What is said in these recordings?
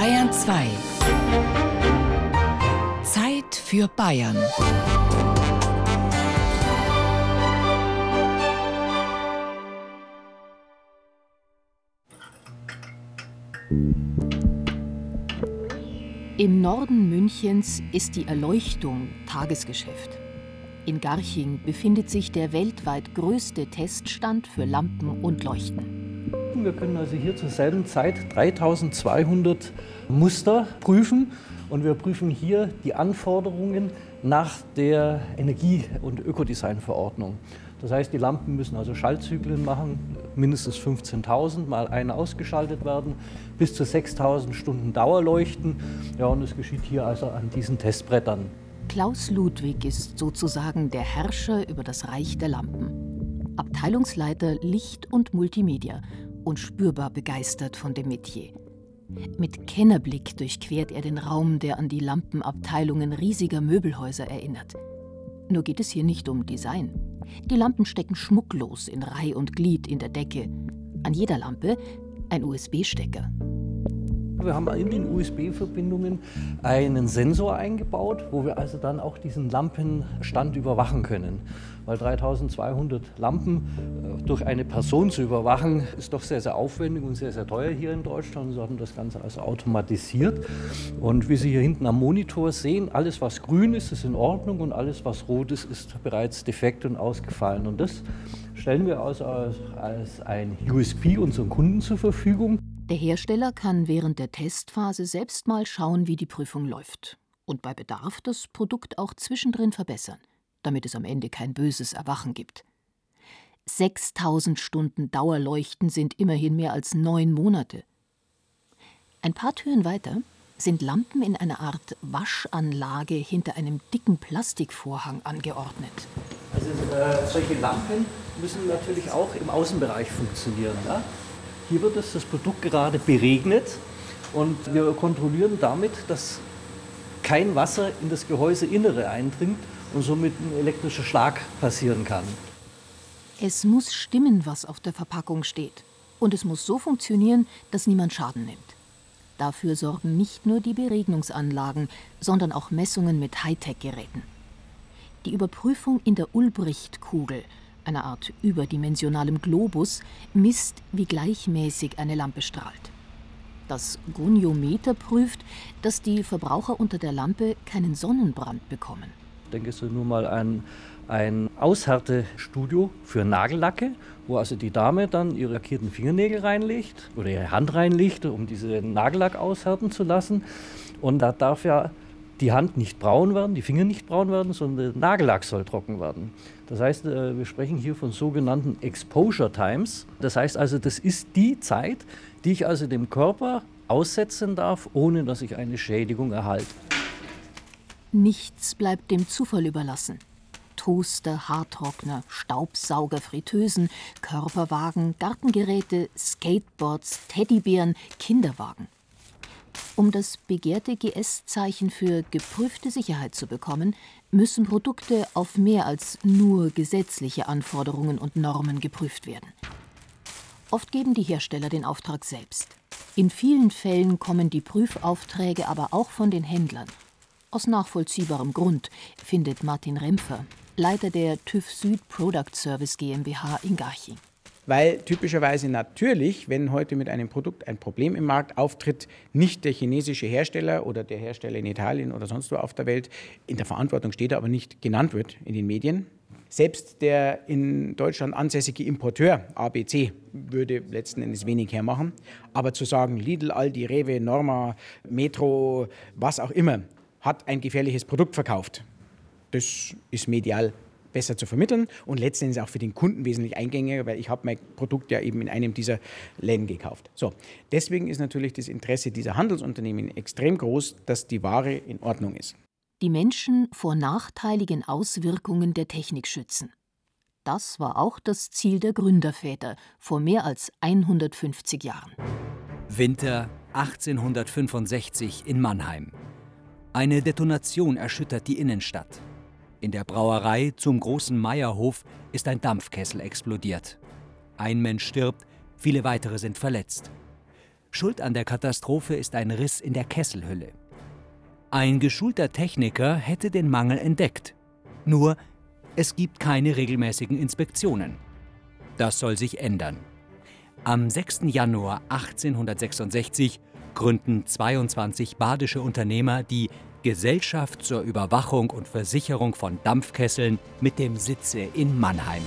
Bayern 2. Zeit für Bayern. Im Norden Münchens ist die Erleuchtung Tagesgeschäft. In Garching befindet sich der weltweit größte Teststand für Lampen und Leuchten. Wir können also hier zur selben Zeit 3200 Muster prüfen und wir prüfen hier die Anforderungen nach der Energie- und Ökodesign-Verordnung. Das heißt, die Lampen müssen also Schaltzyklen machen, mindestens 15.000 mal eine ausgeschaltet werden, bis zu 6.000 Stunden Dauerleuchten. Ja, und es geschieht hier also an diesen Testbrettern. Klaus Ludwig ist sozusagen der Herrscher über das Reich der Lampen. Abteilungsleiter Licht und Multimedia und spürbar begeistert von dem Metier. Mit Kennerblick durchquert er den Raum, der an die Lampenabteilungen riesiger Möbelhäuser erinnert. Nur geht es hier nicht um Design. Die Lampen stecken schmucklos in Reih und Glied in der Decke. An jeder Lampe ein USB-Stecker. Wir haben in den USB-Verbindungen einen Sensor eingebaut, wo wir also dann auch diesen Lampenstand überwachen können. Weil 3200 Lampen durch eine Person zu überwachen, ist doch sehr, sehr aufwendig und sehr, sehr teuer hier in Deutschland. So haben das Ganze also automatisiert. Und wie Sie hier hinten am Monitor sehen, alles was grün ist, ist in Ordnung und alles was rot ist, ist bereits defekt und ausgefallen. Und das stellen wir also als ein USP unseren Kunden zur Verfügung. Der Hersteller kann während der Testphase selbst mal schauen, wie die Prüfung läuft. Und bei Bedarf das Produkt auch zwischendrin verbessern, damit es am Ende kein böses Erwachen gibt. 6.000 Stunden Dauerleuchten sind immerhin mehr als 9 Monate. Ein paar Türen weiter sind Lampen in einer Art Waschanlage hinter einem dicken Plastikvorhang angeordnet. Also solche Lampen müssen natürlich auch im Außenbereich funktionieren. Ja? Hier wird das Produkt gerade beregnet und wir kontrollieren damit, dass kein Wasser in das Gehäuseinnere eindringt und somit ein elektrischer Schlag passieren kann. Es muss stimmen, was auf der Verpackung steht. Und es muss so funktionieren, dass niemand Schaden nimmt. Dafür sorgen nicht nur die Beregnungsanlagen, sondern auch Messungen mit Hightech-Geräten. Die Überprüfung in der Ulbricht-Kugel, einer Art überdimensionalem Globus, misst, wie gleichmäßig eine Lampe strahlt. Das Goniometer prüft, dass die Verbraucher unter der Lampe keinen Sonnenbrand bekommen. Denke so nur mal an ein Aushärtestudio für Nagellacke, wo also die Dame dann ihre lackierten Fingernägel reinlegt oder ihre Hand reinlegt, um diese Nagellack aushärten zu lassen. Und da darf ja die Hand nicht braun werden, die Finger nicht braun werden, sondern der Nagellack soll trocken werden. Das heißt, wir sprechen hier von sogenannten Exposure Times. Das heißt also, das ist die Zeit, die ich also dem Körper aussetzen darf, ohne dass ich eine Schädigung erhalte. Nichts bleibt dem Zufall überlassen. Toaster, Haartrockner, Staubsauger, Fritteusen, Körperwagen, Gartengeräte, Skateboards, Teddybären, Kinderwagen. Um das begehrte GS-Zeichen für geprüfte Sicherheit zu bekommen, müssen Produkte auf mehr als nur gesetzliche Anforderungen und Normen geprüft werden. Oft geben die Hersteller den Auftrag selbst. In vielen Fällen kommen die Prüfaufträge aber auch von den Händlern. Aus nachvollziehbarem Grund, findet Martin Rempfer, Leiter der TÜV Süd Product Service GmbH in Garching. Weil typischerweise natürlich, wenn heute mit einem Produkt ein Problem im Markt auftritt, nicht der chinesische Hersteller oder der Hersteller in Italien oder sonst wo auf der Welt in der Verantwortung steht, aber nicht genannt wird in den Medien. Selbst der in Deutschland ansässige Importeur ABC würde letzten Endes wenig hermachen. Aber zu sagen, Lidl, Aldi, Rewe, Norma, Metro, was auch immer, hat ein gefährliches Produkt verkauft, das ist medial besser zu vermitteln und letztendlich auch für den Kunden wesentlich eingängiger, weil ich habe mein Produkt ja eben in einem dieser Läden gekauft. So, deswegen ist natürlich das Interesse dieser Handelsunternehmen extrem groß, dass die Ware in Ordnung ist. Die Menschen vor nachteiligen Auswirkungen der Technik schützen. Das war auch das Ziel der Gründerväter vor mehr als 150 Jahren. Winter 1865 in Mannheim. Eine Detonation erschüttert die Innenstadt. In der Brauerei zum großen Meierhof ist ein Dampfkessel explodiert. Ein Mensch stirbt, viele weitere sind verletzt. Schuld an der Katastrophe ist ein Riss in der Kesselhülle. Ein geschulter Techniker hätte den Mangel entdeckt. Nur, es gibt keine regelmäßigen Inspektionen. Das soll sich ändern. Am 6. Januar 1866 gründen 22 badische Unternehmer die Gesellschaft zur Überwachung und Versicherung von Dampfkesseln mit dem Sitze in Mannheim.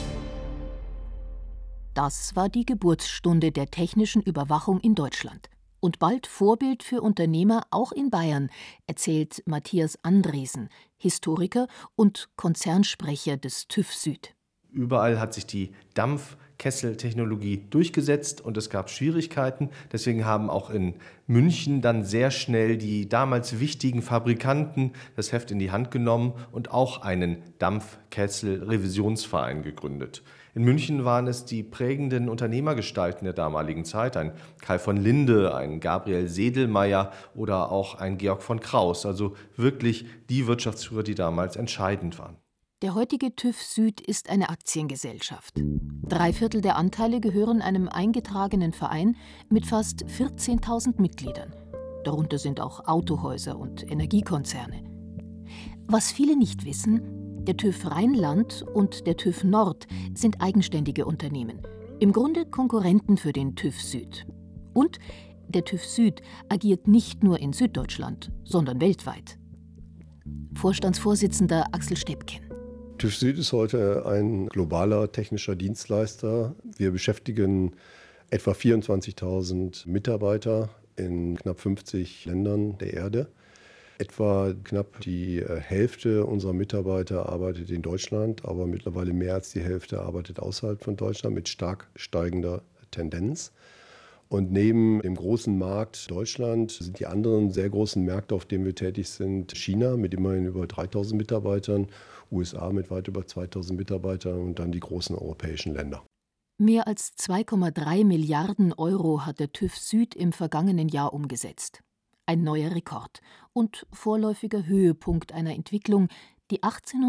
Das war die Geburtsstunde der technischen Überwachung in Deutschland. Und bald Vorbild für Unternehmer auch in Bayern, erzählt Matthias Andresen, Historiker und Konzernsprecher des TÜV Süd. Überall hat sich die Dampfkesseltechnologie durchgesetzt und es gab Schwierigkeiten. Deswegen haben auch in München dann sehr schnell die damals wichtigen Fabrikanten das Heft in die Hand genommen und auch einen Dampfkessel-Revisionsverein gegründet. In München waren es die prägenden Unternehmergestalten der damaligen Zeit, ein Karl von Linde, ein Gabriel Sedelmeier oder auch ein Georg von Kraus, also wirklich die Wirtschaftsführer, die damals entscheidend waren. Der heutige TÜV Süd ist eine Aktiengesellschaft. 3/4 der Anteile gehören einem eingetragenen Verein mit fast 14.000 Mitgliedern. Darunter sind auch Autohäuser und Energiekonzerne. Was viele nicht wissen, der TÜV Rheinland und der TÜV Nord sind eigenständige Unternehmen, im Grunde Konkurrenten für den TÜV Süd. Und der TÜV Süd agiert nicht nur in Süddeutschland, sondern weltweit. Vorstandsvorsitzender Axel Stepken. TÜV Süd ist heute ein globaler technischer Dienstleister. Wir beschäftigen etwa 24.000 Mitarbeiter in knapp 50 Ländern der Erde. Etwa knapp die Hälfte unserer Mitarbeiter arbeitet in Deutschland, aber mittlerweile mehr als die Hälfte arbeitet außerhalb von Deutschland mit stark steigender Tendenz. Und neben dem großen Markt Deutschland sind die anderen sehr großen Märkte, auf denen wir tätig sind, China mit immerhin über 3.000 Mitarbeitern, USA mit weit über 2.000 Mitarbeitern und dann die großen europäischen Länder. Mehr als 2,3 Milliarden Euro hat der TÜV Süd im vergangenen Jahr umgesetzt. Ein neuer Rekord und vorläufiger Höhepunkt einer Entwicklung, die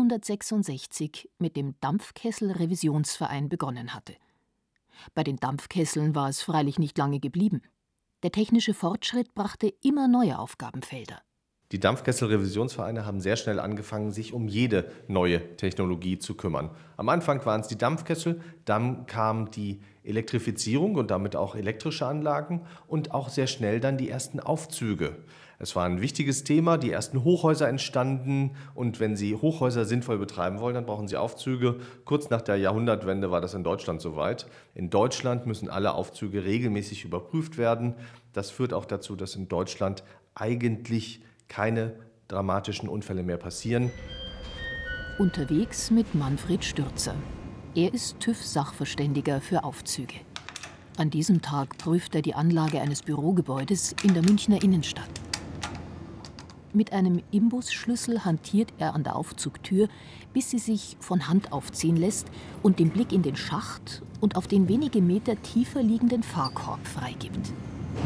1866 mit dem Dampfkessel-Revisionsverein begonnen hatte. Bei den Dampfkesseln war es freilich nicht lange geblieben. Der technische Fortschritt brachte immer neue Aufgabenfelder. Die Dampfkessel-Revisionsvereine haben sehr schnell angefangen, sich um jede neue Technologie zu kümmern. Am Anfang waren es die Dampfkessel, dann kam die Elektrifizierung und damit auch elektrische Anlagen und auch sehr schnell dann die ersten Aufzüge. Es war ein wichtiges Thema, die ersten Hochhäuser entstanden und wenn Sie Hochhäuser sinnvoll betreiben wollen, dann brauchen Sie Aufzüge. Kurz nach der Jahrhundertwende war das in Deutschland soweit. In Deutschland müssen alle Aufzüge regelmäßig überprüft werden. Das führt auch dazu, dass in Deutschland eigentlich keine dramatischen Unfälle mehr passieren. Unterwegs mit Manfred Stürzer. Er ist TÜV-Sachverständiger für Aufzüge. An diesem Tag prüft er die Anlage eines Bürogebäudes in der Münchner Innenstadt. Mit einem Imbusschlüssel hantiert er an der Aufzugtür, bis sie sich von Hand aufziehen lässt und den Blick in den Schacht und auf den wenige Meter tiefer liegenden Fahrkorb freigibt.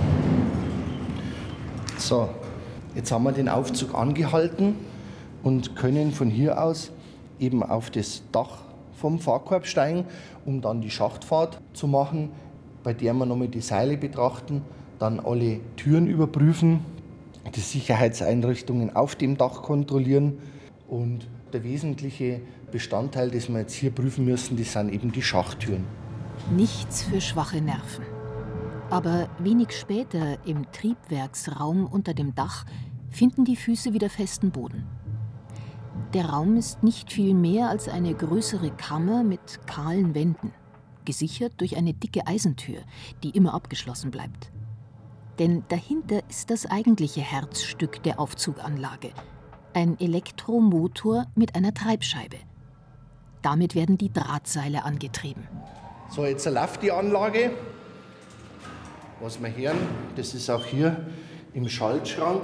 So, jetzt haben wir den Aufzug angehalten und können von hier aus eben auf das Dach vom Fahrkorb steigen, um dann die Schachtfahrt zu machen, bei der wir nochmal die Seile betrachten, dann alle Türen überprüfen, die Sicherheitseinrichtungen auf dem Dach kontrollieren und der wesentliche Bestandteil, das wir jetzt hier prüfen müssen, das sind eben die Schachttüren. Nichts für schwache Nerven. Aber wenig später im Triebwerksraum unter dem Dach finden die Füße wieder festen Boden. Der Raum ist nicht viel mehr als eine größere Kammer mit kahlen Wänden, gesichert durch eine dicke Eisentür, die immer abgeschlossen bleibt. Denn dahinter ist das eigentliche Herzstück der Aufzuganlage, ein Elektromotor mit einer Treibscheibe. Damit werden die Drahtseile angetrieben. So, jetzt läuft die Anlage. Was wir hören, das ist auch hier im Schaltschrank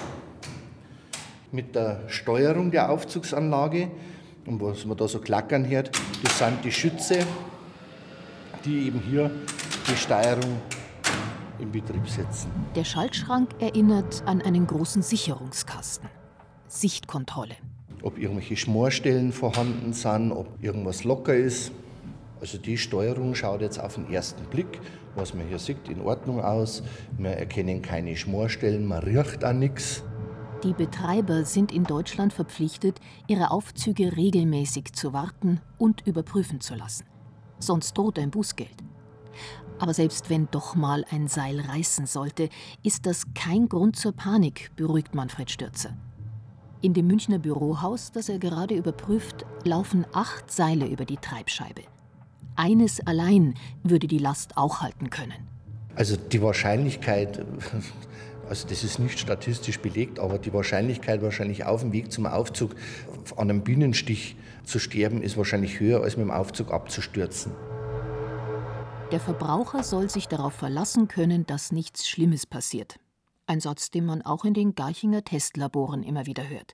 mit der Steuerung der Aufzugsanlage. Und was man da so klackern hört, das sind die Schütze, die eben hier die Steuerung in Betrieb setzen. Der Schaltschrank erinnert an einen großen Sicherungskasten. Sichtkontrolle. Ob irgendwelche Schmorstellen vorhanden sind, ob irgendwas locker ist. Also die Steuerung schaut jetzt auf den ersten Blick, was man hier sieht, in Ordnung aus. Wir erkennen keine Schmorstellen, man riecht auch nichts. Die Betreiber sind in Deutschland verpflichtet, ihre Aufzüge regelmäßig zu warten und überprüfen zu lassen. Sonst droht ein Bußgeld. Aber selbst wenn doch mal ein Seil reißen sollte, ist das kein Grund zur Panik, beruhigt Manfred Stürzer. In dem Münchner Bürohaus, das er gerade überprüft, laufen 8 Seile über die Treibscheibe. Eines allein würde die Last auch halten können. Also die Wahrscheinlichkeit, also das ist nicht statistisch belegt, aber die Wahrscheinlichkeit, wahrscheinlich auf dem Weg zum Aufzug an einem Bienenstich zu sterben, ist wahrscheinlich höher, als mit dem Aufzug abzustürzen. Der Verbraucher soll sich darauf verlassen können, dass nichts Schlimmes passiert. Ein Satz, den man auch in den Garchinger Testlaboren immer wieder hört.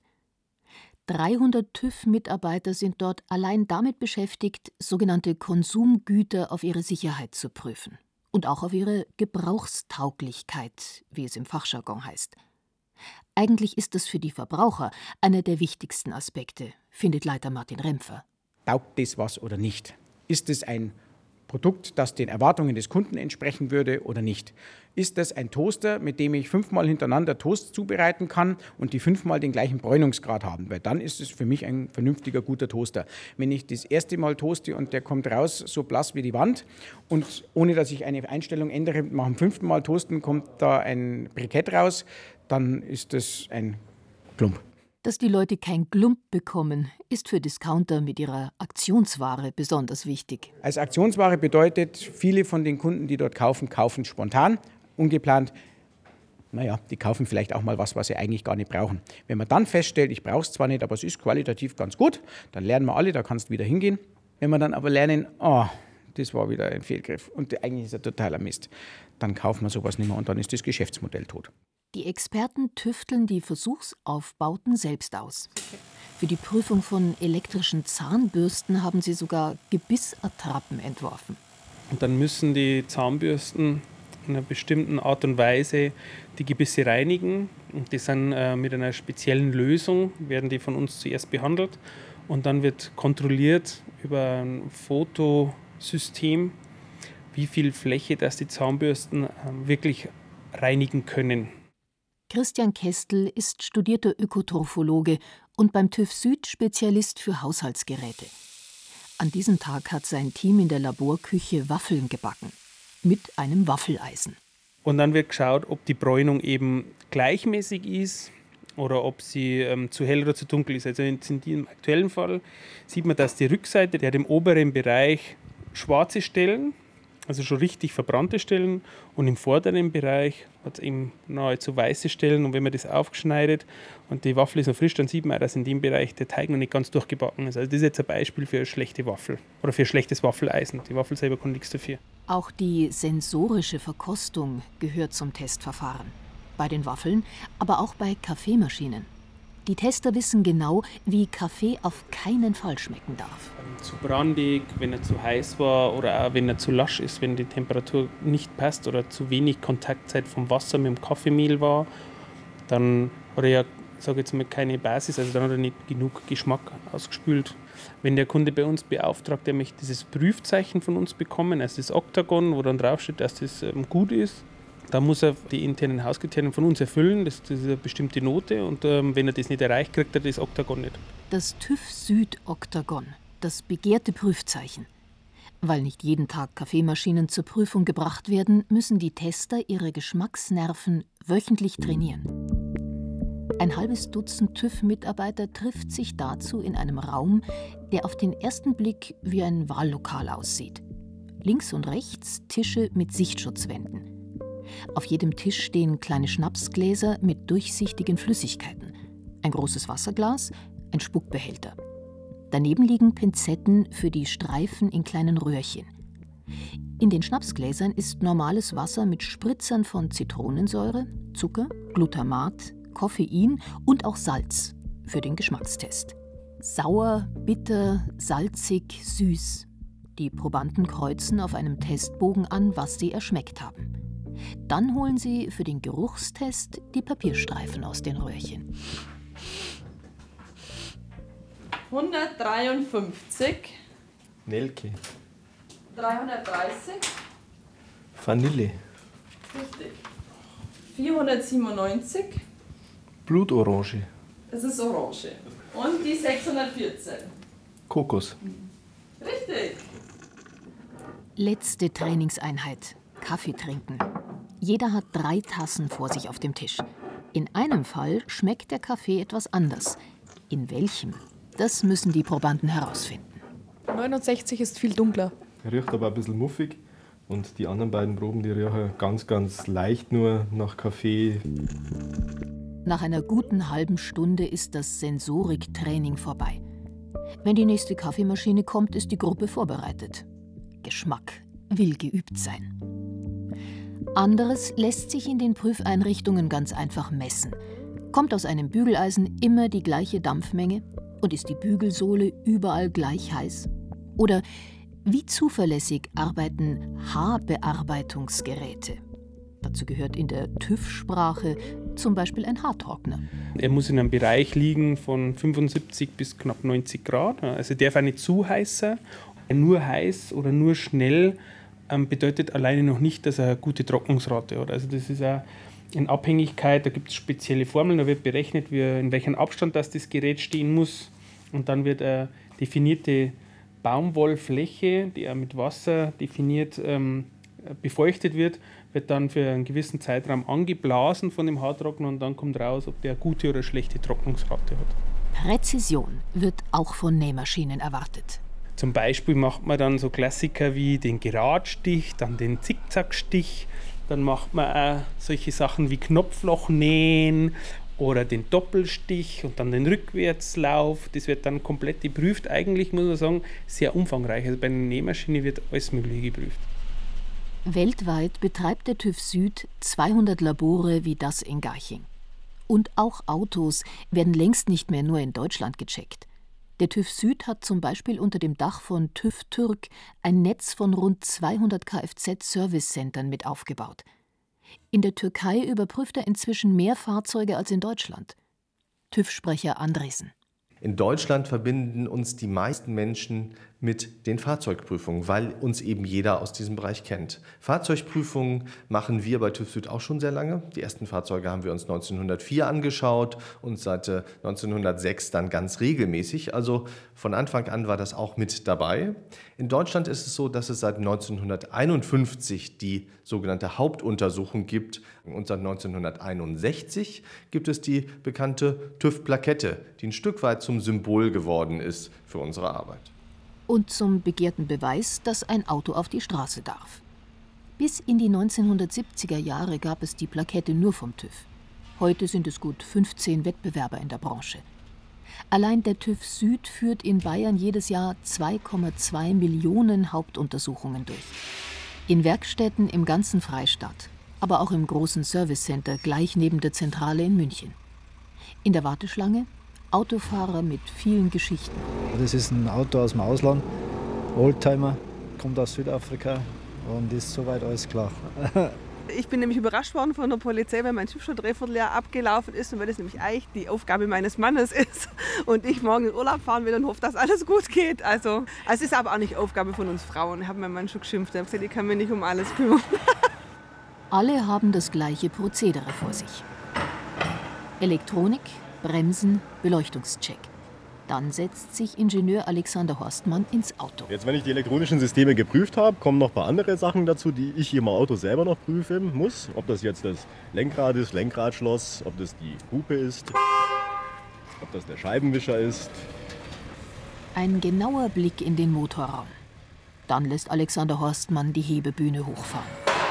300 TÜV-Mitarbeiter sind dort allein damit beschäftigt, sogenannte Konsumgüter auf ihre Sicherheit zu prüfen. Und auch auf ihre Gebrauchstauglichkeit, wie es im Fachjargon heißt. Eigentlich ist das für die Verbraucher einer der wichtigsten Aspekte, findet Leiter Martin Rempfer. Taugt das was oder nicht? Ist es ein Produkt, das den Erwartungen des Kunden entsprechen würde oder nicht? Ist das ein Toaster, mit dem ich 5-mal hintereinander Toast zubereiten kann und die 5-mal den gleichen Bräunungsgrad haben? Weil dann ist es für mich ein vernünftiger, guter Toaster. Wenn ich das erste Mal toaste und der kommt raus so blass wie die Wand und ohne, dass ich eine Einstellung ändere, nach dem 5. Mal toasten kommt da ein Brikett raus, dann ist das ein Klump. Dass die Leute kein Glump bekommen, ist für Discounter mit ihrer Aktionsware besonders wichtig. Als Aktionsware bedeutet, viele von den Kunden, die dort kaufen, kaufen spontan, ungeplant. Naja, die kaufen vielleicht auch mal was sie eigentlich gar nicht brauchen. Wenn man dann feststellt, ich brauche es zwar nicht, aber es ist qualitativ ganz gut, dann lernen wir alle, da kannst du wieder hingehen. Wenn wir dann aber lernen, das war wieder ein Fehlgriff und eigentlich ist er totaler Mist, dann kaufen wir sowas nicht mehr und dann ist das Geschäftsmodell tot. Die Experten tüfteln die Versuchsaufbauten selbst aus. Für die Prüfung von elektrischen Zahnbürsten haben sie sogar Gebissattrappen entworfen. Und dann müssen die Zahnbürsten in einer bestimmten Art und Weise die Gebisse reinigen. Und die sind mit einer speziellen Lösung, werden die von uns zuerst behandelt. Und dann wird kontrolliert über ein Fotosystem, wie viel Fläche das die Zahnbürsten wirklich reinigen können. Christian Kestel ist studierter Ökotrophologe und beim TÜV Süd Spezialist für Haushaltsgeräte. An diesem Tag hat sein Team in der Laborküche Waffeln gebacken. Mit einem Waffeleisen. Und dann wird geschaut, ob die Bräunung eben gleichmäßig ist oder ob sie zu hell oder zu dunkel ist. Also in diesem aktuellen Fall sieht man, dass die Rückseite, der hat im oberen Bereich schwarze Stellen, also schon richtig verbrannte Stellen, und im vorderen Bereich hat es eben nahezu weiße Stellen. Und wenn man das aufschneidet und die Waffel ist noch frisch, dann sieht man auch, dass in dem Bereich der Teig noch nicht ganz durchgebacken ist. Also das ist jetzt ein Beispiel für eine schlechte Waffel oder für ein schlechtes Waffeleisen. Die Waffel selber kann nichts dafür. Auch die sensorische Verkostung gehört zum Testverfahren. Bei den Waffeln, aber auch bei Kaffeemaschinen. Die Tester wissen genau, wie Kaffee auf keinen Fall schmecken darf. Zu brandig, wenn er zu heiß war oder auch wenn er zu lasch ist, wenn die Temperatur nicht passt oder zu wenig Kontaktzeit vom Wasser mit dem Kaffeemehl war, dann hat er ja, sage jetzt mal, keine Basis, also dann hat er nicht genug Geschmack ausgespült. Wenn der Kunde bei uns beauftragt, er möchte dieses Prüfzeichen von uns bekommen, also das Oktagon, wo dann draufsteht, dass das gut ist, dann muss er die internen Hauskriterien von uns erfüllen, das ist eine bestimmte Note, und wenn er das nicht erreicht, kriegt er das Oktagon nicht. Das TÜV Süd Oktagon, das begehrte Prüfzeichen. Weil nicht jeden Tag Kaffeemaschinen zur Prüfung gebracht werden, müssen die Tester ihre Geschmacksnerven wöchentlich trainieren. Ein halbes Dutzend TÜV-Mitarbeiter trifft sich dazu in einem Raum, der auf den ersten Blick wie ein Wahllokal aussieht. Links und rechts Tische mit Sichtschutzwänden. Auf jedem Tisch stehen kleine Schnapsgläser mit durchsichtigen Flüssigkeiten, ein großes Wasserglas, ein Spuckbehälter. Daneben liegen Pinzetten für die Streifen in kleinen Röhrchen. In den Schnapsgläsern ist normales Wasser mit Spritzern von Zitronensäure, Zucker, Glutamat, Koffein und auch Salz für den Geschmackstest. Sauer, bitter, salzig, süß. Die Probanden kreuzen auf einem Testbogen an, was sie erschmeckt haben. Dann holen sie für den Geruchstest die Papierstreifen aus den Röhrchen. 153. Nelke. 330. Vanille. Richtig. 497. Blutorange. Das ist Orange. Und die 614. Kokos. Richtig. Letzte Trainingseinheit. Kaffee trinken. Jeder hat 3 Tassen vor sich auf dem Tisch. In einem Fall schmeckt der Kaffee etwas anders. In welchem? Das müssen die Probanden herausfinden. 69 ist viel dunkler. Riecht aber ein bisschen muffig. Und die anderen beiden Proben, die riechen ganz, ganz leicht nur nach Kaffee. Nach einer guten halben Stunde ist das Sensoriktraining vorbei. Wenn die nächste Kaffeemaschine kommt, ist die Gruppe vorbereitet. Geschmack will geübt sein. Anderes lässt sich in den Prüfeinrichtungen ganz einfach messen. Kommt aus einem Bügeleisen immer die gleiche Dampfmenge und ist die Bügelsohle überall gleich heiß? Oder wie zuverlässig arbeiten Haarbearbeitungsgeräte? Dazu gehört in der TÜV-Sprache zum Beispiel ein Haartrockner. Er muss in einem Bereich liegen von 75 bis knapp 90 Grad. Also darf auch nicht zu heiß sein. Nur heiß oder nur schnell bedeutet alleine noch nicht, dass er eine gute Trocknungsrate hat. Also das ist auch in Abhängigkeit, da gibt es spezielle Formeln, da wird berechnet, in welchem Abstand das Gerät stehen muss. Und dann wird eine definierte Baumwollfläche, die auch mit Wasser definiert befeuchtet wird dann für einen gewissen Zeitraum angeblasen von dem Haartrockner und dann kommt raus, ob der gute oder schlechte Trocknungsrate hat. Präzision wird auch von Nähmaschinen erwartet. Zum Beispiel macht man dann so Klassiker wie den Geradstich, dann den Zickzackstich, dann macht man auch solche Sachen wie Knopflochnähen oder den Doppelstich und dann den Rückwärtslauf. Das wird dann komplett geprüft. Eigentlich muss man sagen, sehr umfangreich. Also bei einer Nähmaschine wird alles Mögliche geprüft. Weltweit betreibt der TÜV Süd 200 Labore wie das in Garching. Und auch Autos werden längst nicht mehr nur in Deutschland gecheckt. Der TÜV Süd hat zum Beispiel unter dem Dach von TÜV Türk ein Netz von rund 200 Kfz-Service-Centern mit aufgebaut. In der Türkei überprüft er inzwischen mehr Fahrzeuge als in Deutschland. TÜV-Sprecher Andresen. In Deutschland verbinden uns die meisten Menschen mit den Fahrzeugprüfungen, weil uns eben jeder aus diesem Bereich kennt. Fahrzeugprüfungen machen wir bei TÜV Süd auch schon sehr lange. Die ersten Fahrzeuge haben wir uns 1904 angeschaut und seit 1906 dann ganz regelmäßig. Also von Anfang an war das auch mit dabei. In Deutschland ist es so, dass es seit 1951 die sogenannte Hauptuntersuchung gibt. Und seit 1961 gibt es die bekannte TÜV-Plakette, die ein Stück weit zum Symbol geworden ist für unsere Arbeit. Und zum begehrten Beweis, dass ein Auto auf die Straße darf. Bis in die 1970er Jahre gab es die Plakette nur vom TÜV. Heute sind es gut 15 Wettbewerber in der Branche. Allein der TÜV Süd führt in Bayern jedes Jahr 2,2 Millionen Hauptuntersuchungen durch. In Werkstätten im ganzen Freistaat, aber auch im großen Servicecenter gleich neben der Zentrale in München. In der Warteschlange Autofahrer mit vielen Geschichten. Das ist ein Auto aus dem Ausland, Oldtimer, kommt aus Südafrika und ist soweit alles klar. Ich bin nämlich überrascht worden von der Polizei, weil mein TÜV schon 3/4 Jahr abgelaufen ist und weil das nämlich eigentlich die Aufgabe meines Mannes ist und ich morgen in Urlaub fahren will und hoffe, dass alles gut geht. Also es ist aber auch nicht Aufgabe von uns Frauen. Ich habe meinen Mann schon geschimpft, ich habe gesagt, ich kann mich nicht um alles kümmern. Alle haben das gleiche Prozedere vor sich. Elektronik, Bremsen, Beleuchtungscheck. Dann setzt sich Ingenieur Alexander Horstmann ins Auto. Jetzt, wenn ich die elektronischen Systeme geprüft habe, kommen noch ein paar andere Sachen dazu, die ich im Auto selber noch prüfen muss. Ob das jetzt das Lenkrad ist, Lenkradschloss, ob das die Hupe ist, ob das der Scheibenwischer ist. Ein genauer Blick in den Motorraum. Dann lässt Alexander Horstmann die Hebebühne hochfahren.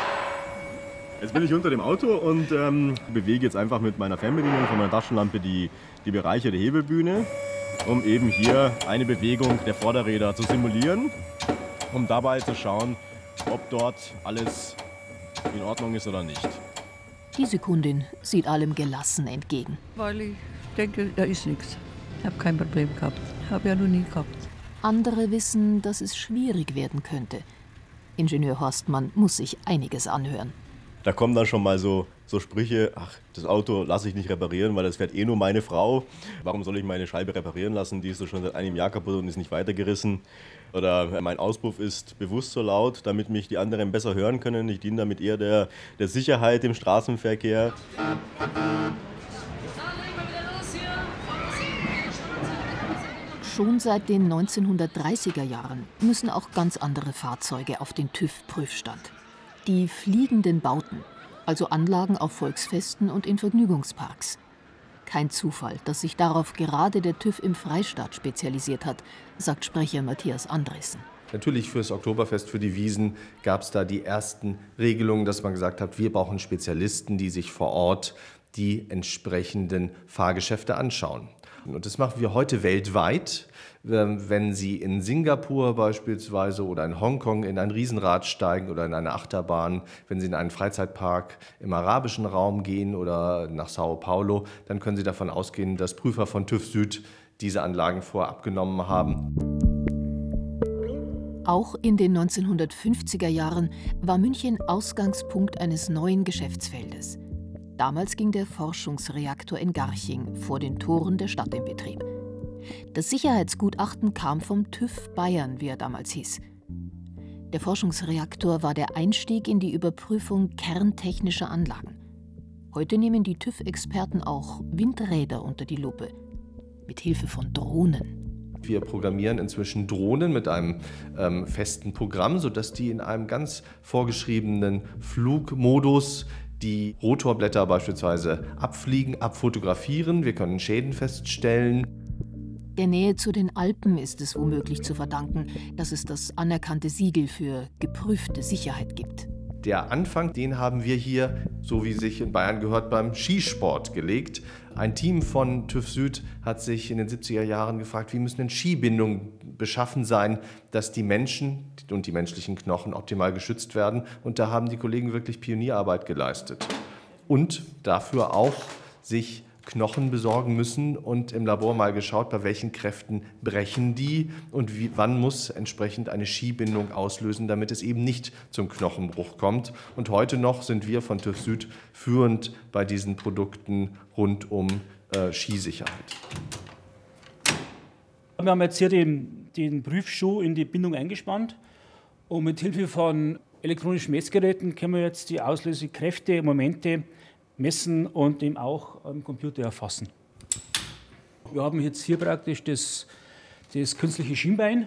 Jetzt bin ich unter dem Auto und bewege jetzt einfach mit meiner Fernbedienung von meiner Taschenlampe die Bereiche der Hebebühne, um eben hier eine Bewegung der Vorderräder zu simulieren, um dabei zu schauen, ob dort alles in Ordnung ist oder nicht. Die Sekundin sieht allem gelassen entgegen. Weil ich denke, da ist nichts. Ich habe kein Problem gehabt. Habe ja noch nie gehabt. Andere wissen, dass es schwierig werden könnte. Ingenieur Horstmann muss sich einiges anhören. Da kommen dann schon mal so Sprüche, ach, das Auto lasse ich nicht reparieren, weil das fährt eh nur meine Frau. Warum soll ich meine Scheibe reparieren lassen? Die ist doch schon seit einem Jahr kaputt und ist nicht weitergerissen. Oder mein Auspuff ist bewusst so laut, damit mich die anderen besser hören können. Ich diene damit eher der Sicherheit im Straßenverkehr. Schon seit den 1930er Jahren müssen auch ganz andere Fahrzeuge auf den TÜV-Prüfstand. Die fliegenden Bauten, also Anlagen auf Volksfesten und in Vergnügungsparks. Kein Zufall, dass sich darauf gerade der TÜV im Freistaat spezialisiert hat, sagt Sprecher Matthias Andresen. Natürlich fürs Oktoberfest, für die Wiesn gab es da die ersten Regelungen, dass man gesagt hat, wir brauchen Spezialisten, die sich vor Ort die entsprechenden Fahrgeschäfte anschauen. Und das machen wir heute weltweit. Wenn Sie in Singapur beispielsweise oder in Hongkong in ein Riesenrad steigen oder in eine Achterbahn, wenn Sie in einen Freizeitpark im arabischen Raum gehen oder nach Sao Paulo, dann können Sie davon ausgehen, dass Prüfer von TÜV Süd diese Anlagen vorab genommen haben. Auch in den 1950er Jahren war München Ausgangspunkt eines neuen Geschäftsfeldes. Damals ging der Forschungsreaktor in Garching vor den Toren der Stadt in Betrieb. Das Sicherheitsgutachten kam vom TÜV Bayern, wie er damals hieß. Der Forschungsreaktor war der Einstieg in die Überprüfung kerntechnischer Anlagen. Heute nehmen die TÜV-Experten auch Windräder unter die Lupe, mit Hilfe von Drohnen. Wir programmieren inzwischen Drohnen mit einem festen Programm, sodass die in einem ganz vorgeschriebenen Flugmodus die Rotorblätter beispielsweise abfliegen, abfotografieren. Wir können Schäden feststellen. Der Nähe zu den Alpen ist es womöglich zu verdanken, dass es das anerkannte Siegel für geprüfte Sicherheit gibt. Der Anfang, den haben wir hier, so wie sich in Bayern gehört, beim Skisport gelegt. Ein Team von TÜV Süd hat sich in den 70er Jahren gefragt, wie müssen denn Skibindungen beschaffen sein, dass die Menschen und die menschlichen Knochen optimal geschützt werden. Und da haben die Kollegen wirklich Pionierarbeit geleistet. Und dafür auch sich Knochen besorgen müssen und im Labor mal geschaut, bei welchen Kräften brechen die und wann muss entsprechend eine Skibindung auslösen, damit es eben nicht zum Knochenbruch kommt. Und heute noch sind wir von TÜV Süd führend bei diesen Produkten rund um Skisicherheit. Wir haben jetzt hier den Prüfschuh in die Bindung eingespannt und mit Hilfe von elektronischen Messgeräten können wir jetzt die Auslösekräfte, Momente messen und eben auch am Computer erfassen. Wir haben jetzt hier praktisch das künstliche Schienbein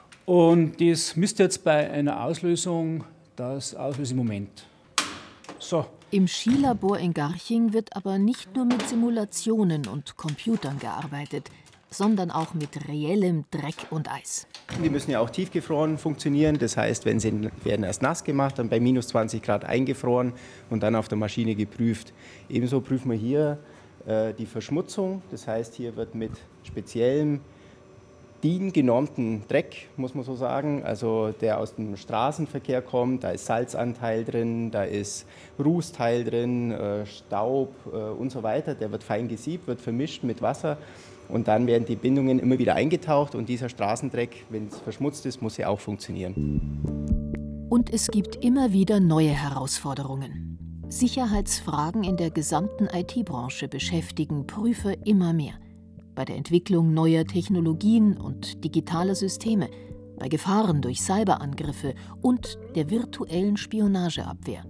und das misst jetzt bei einer Auslösung das Auslösemoment. So. Im Skilabor in Garching wird aber nicht nur mit Simulationen und Computern gearbeitet, sondern auch mit reellem Dreck und Eis. Die müssen ja auch tiefgefroren funktionieren. Das heißt, werden erst nass gemacht, dann bei minus 20 Grad eingefroren und dann auf der Maschine geprüft. Ebenso prüfen wir hier die Verschmutzung. Das heißt, hier wird mit speziellem DIN-genormten Dreck, muss man so sagen, also der aus dem Straßenverkehr kommt. Da ist Salzanteil drin, da ist Rußteil drin, Staub und so weiter. Der wird fein gesiebt, wird vermischt mit Wasser. Und dann werden die Bindungen immer wieder eingetaucht und dieser Straßendreck, wenn es verschmutzt ist, muss ja auch funktionieren. Und es gibt immer wieder neue Herausforderungen. Sicherheitsfragen in der gesamten IT-Branche beschäftigen Prüfer immer mehr. Bei der Entwicklung neuer Technologien und digitaler Systeme, bei Gefahren durch Cyberangriffe und der virtuellen Spionageabwehr.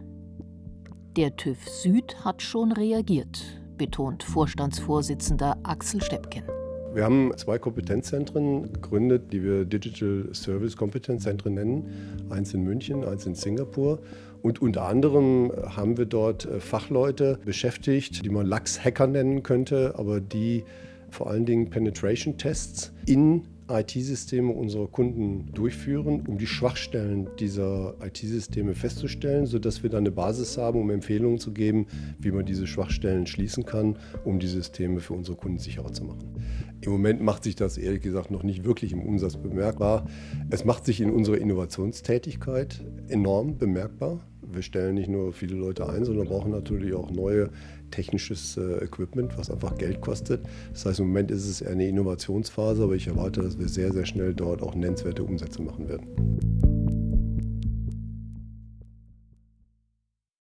Der TÜV Süd hat schon reagiert, betont Vorstandsvorsitzender Axel Steppken. Wir haben 2 Kompetenzzentren gegründet, die wir Digital Service Kompetenzzentren nennen. Eins in München, eins in Singapur. Und unter anderem haben wir dort Fachleute beschäftigt, die man Lachs-Hacker nennen könnte, aber die vor allen Dingen Penetration-Tests in IT-Systeme unserer Kunden durchführen, um die Schwachstellen dieser IT-Systeme festzustellen, sodass wir dann eine Basis haben, um Empfehlungen zu geben, wie man diese Schwachstellen schließen kann, um die Systeme für unsere Kunden sicherer zu machen. Im Moment macht sich das ehrlich gesagt noch nicht wirklich im Umsatz bemerkbar. Es macht sich in unserer Innovationstätigkeit enorm bemerkbar. Wir stellen nicht nur viele Leute ein, sondern brauchen natürlich auch neue technisches Equipment, was einfach Geld kostet. Das heißt, im Moment ist es eher eine Innovationsphase, aber ich erwarte, dass wir sehr, sehr schnell dort auch nennenswerte Umsätze machen werden.